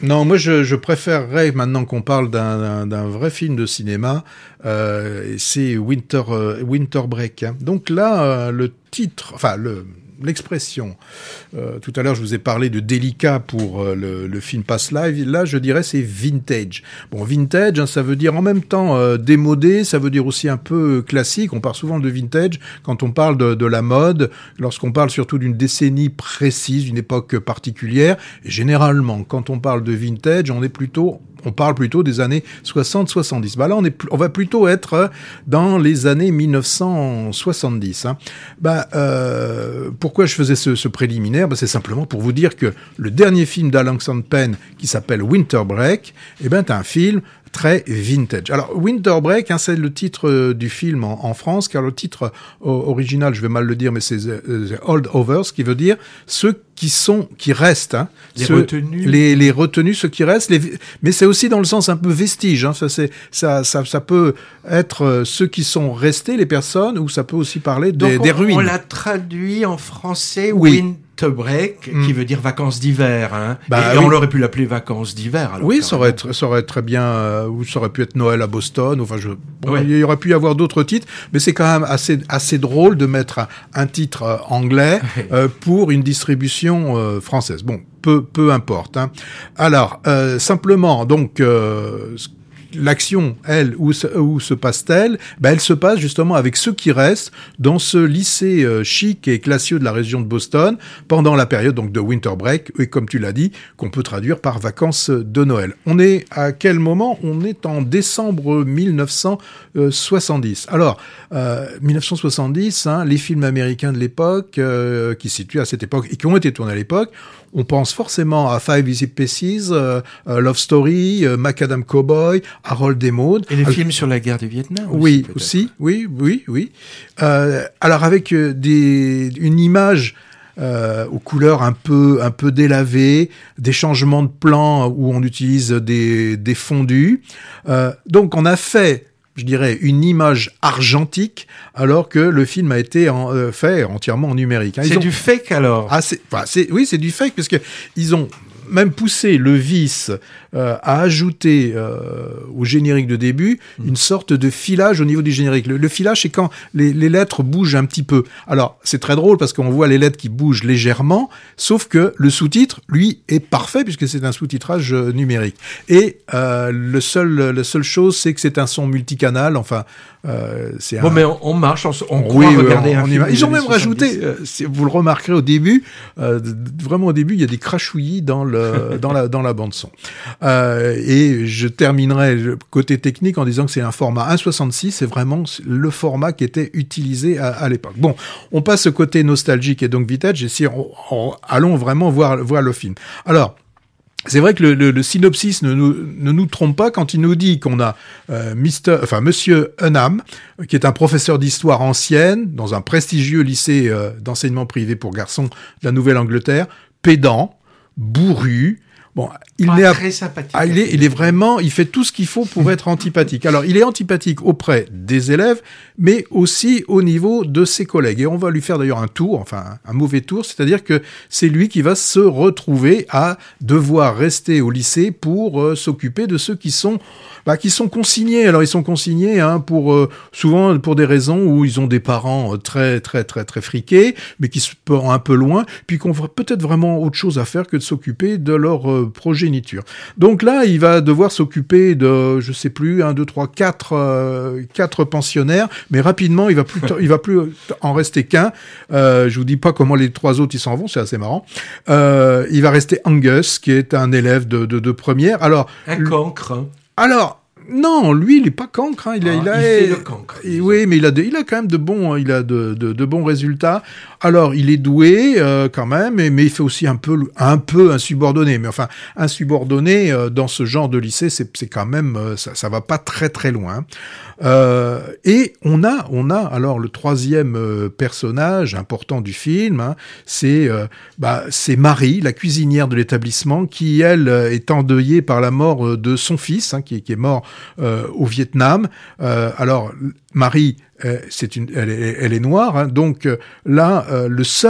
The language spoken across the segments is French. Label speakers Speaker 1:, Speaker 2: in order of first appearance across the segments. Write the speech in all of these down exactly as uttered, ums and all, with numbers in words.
Speaker 1: Non, moi je, je préférerais maintenant qu'on parle d'un, d'un, d'un vrai film de cinéma, euh, c'est Winter, euh, Winter Break. Hein. Donc là, euh, le titre, enfin le l'expression. Euh, tout à l'heure, je vous ai parlé de délicat pour euh, le, le film Past Live. Là, je dirais c'est vintage. Bon, vintage, hein, ça veut dire en même temps euh, démodé, ça veut dire aussi un peu classique. On parle souvent de vintage quand on parle de, de la mode, lorsqu'on parle surtout d'une décennie précise, d'une époque particulière. Et généralement, quand on parle de vintage, on est plutôt... On parle plutôt des années soixante soixante-dix. Bah là, on, est, on va plutôt être dans les années mille neuf cent soixante-dix. Hein. Bah, euh, pourquoi je faisais ce, ce préliminaire ? Bah, c'est simplement pour vous dire que le dernier film d'Alan Penn, qui s'appelle Winter Break, eh ben, c'est un film très vintage. Alors, Winter Break, hein, c'est le titre euh, du film en, en France, car le titre euh, original, je vais mal le dire, mais c'est The, The Holdovers, qui veut dire ceux qui sont, qui restent. Hein,
Speaker 2: les
Speaker 1: ceux,
Speaker 2: retenus.
Speaker 1: Les, les retenus, ceux qui restent. Les, mais c'est aussi dans le sens un peu vestige. Hein, ça, c'est, ça, ça, ça peut être euh, ceux qui sont restés, les personnes, ou ça peut aussi parler des,
Speaker 2: Donc
Speaker 1: des
Speaker 2: on,
Speaker 1: ruines.
Speaker 2: On l'a traduit en français,
Speaker 1: oui.
Speaker 2: Winter Break, mm. qui veut dire vacances d'hiver. Hein.
Speaker 1: Bah,
Speaker 2: et, et
Speaker 1: oui.
Speaker 2: on aurait pu l'appeler vacances d'hiver. Alors,
Speaker 1: oui, ça aurait, être, ça aurait très bien, euh, ou ça aurait pu être Noël à Boston. Enfin, je, bon, ouais. Il y aurait pu y avoir d'autres titres, mais c'est quand même assez, assez drôle de mettre un, un titre euh, anglais euh, pour une distribution euh, française. Bon, peu, peu importe. Hein. Alors, euh, simplement, donc. Euh, L'action, elle, où se, où se passe-t-elle ? Ben, elle se passe justement avec ceux qui restent dans ce lycée euh, chic et classieux de la région de Boston pendant la période donc de Winter Break, et comme tu l'as dit, qu'on peut traduire par vacances de Noël. On est à quel moment ? On est en décembre mille neuf cent soixante-dix. Alors, euh, mille neuf cent soixante-dix, hein, les films américains de l'époque, euh, qui se situent à cette époque et qui ont été tournés à l'époque, on pense forcément à Five Easy Pieces, euh, euh, Love Story, euh, Macadam Cowboy, Harold et Maude.
Speaker 2: Et les alors, films sur la guerre du Vietnam aussi,
Speaker 1: oui,
Speaker 2: peut-être.
Speaker 1: aussi, oui, oui, oui. Euh, alors avec euh, des, une image euh, aux couleurs un peu, un peu délavées, des changements de plan où on utilise des, des fondus. Euh, donc on a fait, je dirais, une image argentique, alors que le film a été en, euh, fait entièrement en numérique.
Speaker 2: Hein. C'est ont... du fake alors.
Speaker 1: Ah, c'est, enfin, c'est, oui, c'est du fake, parce que ils ont même poussé le vice euh, à ajouter euh, au générique de début mmh. une sorte de filage au niveau du générique. Le, le filage, c'est quand les, les lettres bougent un petit peu. Alors, c'est très drôle parce qu'on voit les lettres qui bougent légèrement, sauf que le sous-titre, lui, est parfait puisque c'est un sous-titrage euh, numérique. Et euh, le seul, la seule chose, c'est que c'est un son multicanal. Enfin, euh, c'est
Speaker 2: bon,
Speaker 1: un...
Speaker 2: mais on, on marche, on, on
Speaker 1: oui,
Speaker 2: croit regarder
Speaker 1: on,
Speaker 2: un
Speaker 1: on
Speaker 2: film.
Speaker 1: Ils ont même rajouté, euh, vous le remarquerez au début, euh, vraiment au début, il y a des crachouillis dans le dans la dans la bande son. Euh, et je terminerai côté technique en disant que c'est un format un virgule soixante-six, c'est vraiment le format qui était utilisé à, à l'époque. Bon, on passe au côté nostalgique et donc vintage, et si on, on, allons vraiment voir voir le film. Alors. C'est vrai que le, le, le synopsis ne nous, ne nous trompe pas quand il nous dit qu'on a euh, Mister, enfin Monsieur Unham, qui est un professeur d'histoire ancienne dans un prestigieux lycée euh, d'enseignement privé pour garçons de la Nouvelle-Angleterre, pédant, bourru. Bon, il
Speaker 2: ah,
Speaker 1: est à...
Speaker 2: très sympathique.
Speaker 1: Ah, il est, il est vraiment, il fait tout ce qu'il faut pour être antipathique. Alors, il est antipathique auprès des élèves, mais aussi au niveau de ses collègues. Et on va lui faire d'ailleurs un tour, enfin un mauvais tour, c'est-à-dire que c'est lui qui va se retrouver à devoir rester au lycée pour euh, s'occuper de ceux qui sont, bah, qui sont consignés. Alors, ils sont consignés hein, pour euh, souvent pour des raisons où ils ont des parents très très très très friqués, mais qui se portent un peu loin, puis qu'on voit peut-être vraiment autre chose à faire que de s'occuper de leur euh, progéniture. Donc là, il va devoir s'occuper de, je sais plus, un, deux, trois, quatre, euh, quatre pensionnaires, mais rapidement, il va plus, t- il va plus en rester qu'un. Euh, je vous dis pas comment les trois autres ils s'en vont, c'est assez marrant. Euh, il va rester Angus, qui est un élève de, de, de première. Alors,
Speaker 2: un cancre.
Speaker 1: Alors. Non, lui, il est pas cancre. Hein. Il, a,
Speaker 2: ah,
Speaker 1: il, a,
Speaker 2: il fait le cancre.
Speaker 1: Et, oui, mais il a, de, il a quand même de bons, il a de, de, de bons résultats. Alors, il est doué euh, quand même, mais, mais il fait aussi un peu, un peu insubordonné. Mais enfin, insubordonné euh, dans ce genre de lycée, c'est, c'est quand même, euh, ça, ça va pas très très loin. Euh, et on a, on a alors le troisième euh, personnage important du film, hein, c'est, euh, bah, c'est Marie, la cuisinière de l'établissement, qui elle est endeuillée par la mort de son fils, hein, qui, qui est mort euh, au Vietnam. Euh, alors Marie, euh, c'est une, elle est, elle est noire, hein, donc euh, là, euh, le seul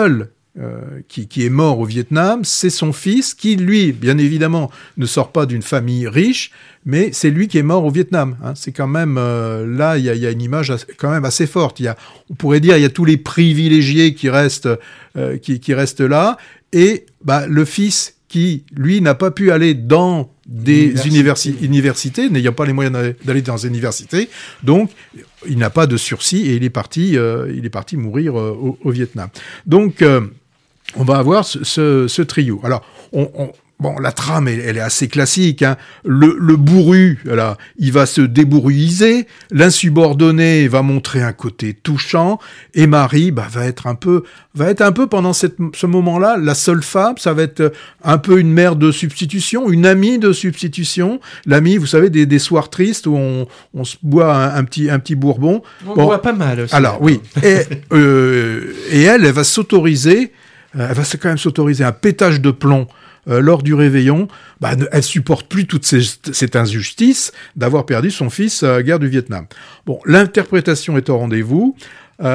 Speaker 1: euh, qui, qui est mort au Vietnam, c'est son fils qui, lui, bien évidemment, ne sort pas d'une famille riche, mais c'est lui qui est mort au Vietnam. Hein. C'est quand même euh, là, il y a, y a une image assez, quand même assez forte. Il y a, on pourrait dire, il y a tous les privilégiés qui restent, euh, qui, qui restent là, et bah, le fils qui, lui, n'a pas pu aller dans des universi- universités, n'ayant pas les moyens d'aller dans des universités, donc il n'a pas de sursis et il est parti, euh, il est parti mourir euh, au, au Vietnam. Donc euh, on va avoir ce, ce, ce trio. Alors, on, on, bon, la trame, elle, elle est assez classique. Hein. Le, le bourru, là, il va se débourruiser. L'insubordonné va montrer un côté touchant. Et Marie, bah, va être un peu, va être un peu pendant cette, ce moment-là, la seule femme. Ça va être un peu une mère de substitution, une amie de substitution. L'amie, vous savez, des, des soirs tristes où on, on se boit un, un petit, un petit bourbon.
Speaker 2: On
Speaker 1: bon,
Speaker 2: boit pas mal aussi.
Speaker 1: Alors oui. Et, euh, et elle, elle va s'autoriser. Elle va quand même s'autoriser un pétage de plomb euh, lors du réveillon. Bah, elle supporte plus toute ces, cette injustice d'avoir perdu son fils à la guerre du Vietnam. Bon, l'interprétation est au rendez-vous. Euh,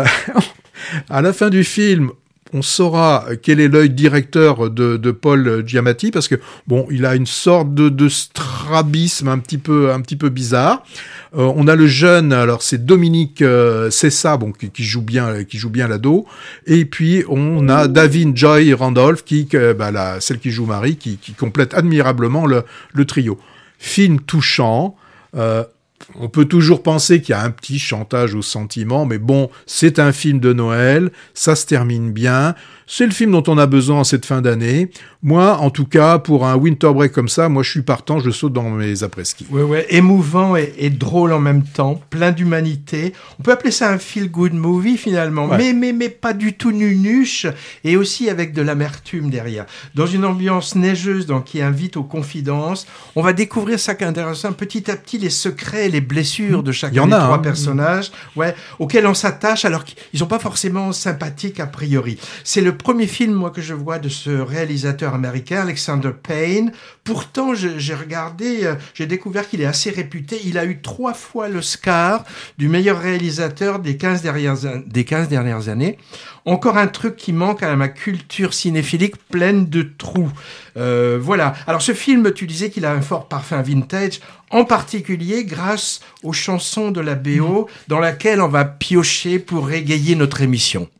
Speaker 1: à la fin du film, on saura quel est l'œil directeur de, de Paul Giamatti, parce que bon, il a une sorte de, de strabisme un petit peu, un petit peu bizarre. Euh, on a le jeune, alors c'est Dominique euh, Sessa, bon, qui, qui joue bien, qui joue bien l'ado. Et puis on a Davine Joy Randolph, qui, que, bah, la, celle qui joue Marie, qui, qui complète admirablement le, le trio. Film touchant. Euh, On peut toujours penser qu'il y a un petit chantage au sentiment, mais bon, c'est un film de Noël, ça se termine bien, c'est le film dont on a besoin en cette fin d'année. Moi, en tout cas, pour un winter break comme ça, moi je suis partant, je saute dans mes après-ski.
Speaker 2: Ouais, ouais, émouvant et, et drôle en même temps, plein d'humanité. On peut appeler ça un feel-good movie finalement,
Speaker 1: ouais. mais,
Speaker 2: mais, mais pas du tout nunuche, et aussi avec de l'amertume derrière. Dans une ambiance neigeuse, donc, qui invite aux confidences, on va découvrir ça qui est intéressant, petit à petit, les secrets et les blessures de chacun des
Speaker 1: a,
Speaker 2: trois
Speaker 1: hein.
Speaker 2: personnages, ouais, auxquels on s'attache alors qu'ils sont pas forcément sympathiques a priori. C'est le premier film, moi, que je vois de ce réalisateur américain, Alexander Payne. Pourtant, je, j'ai regardé, euh, j'ai découvert qu'il est assez réputé. Il a eu trois fois l'Oscar du meilleur réalisateur des quinze dernières, des quinze dernières années. Encore un truc qui manque à ma culture cinéphilique pleine de trous. Euh, voilà. Alors, ce film, tu disais qu'il a un fort parfum vintage, en particulier grâce aux chansons de la B O, dans laquelle on va piocher pour égayer notre émission.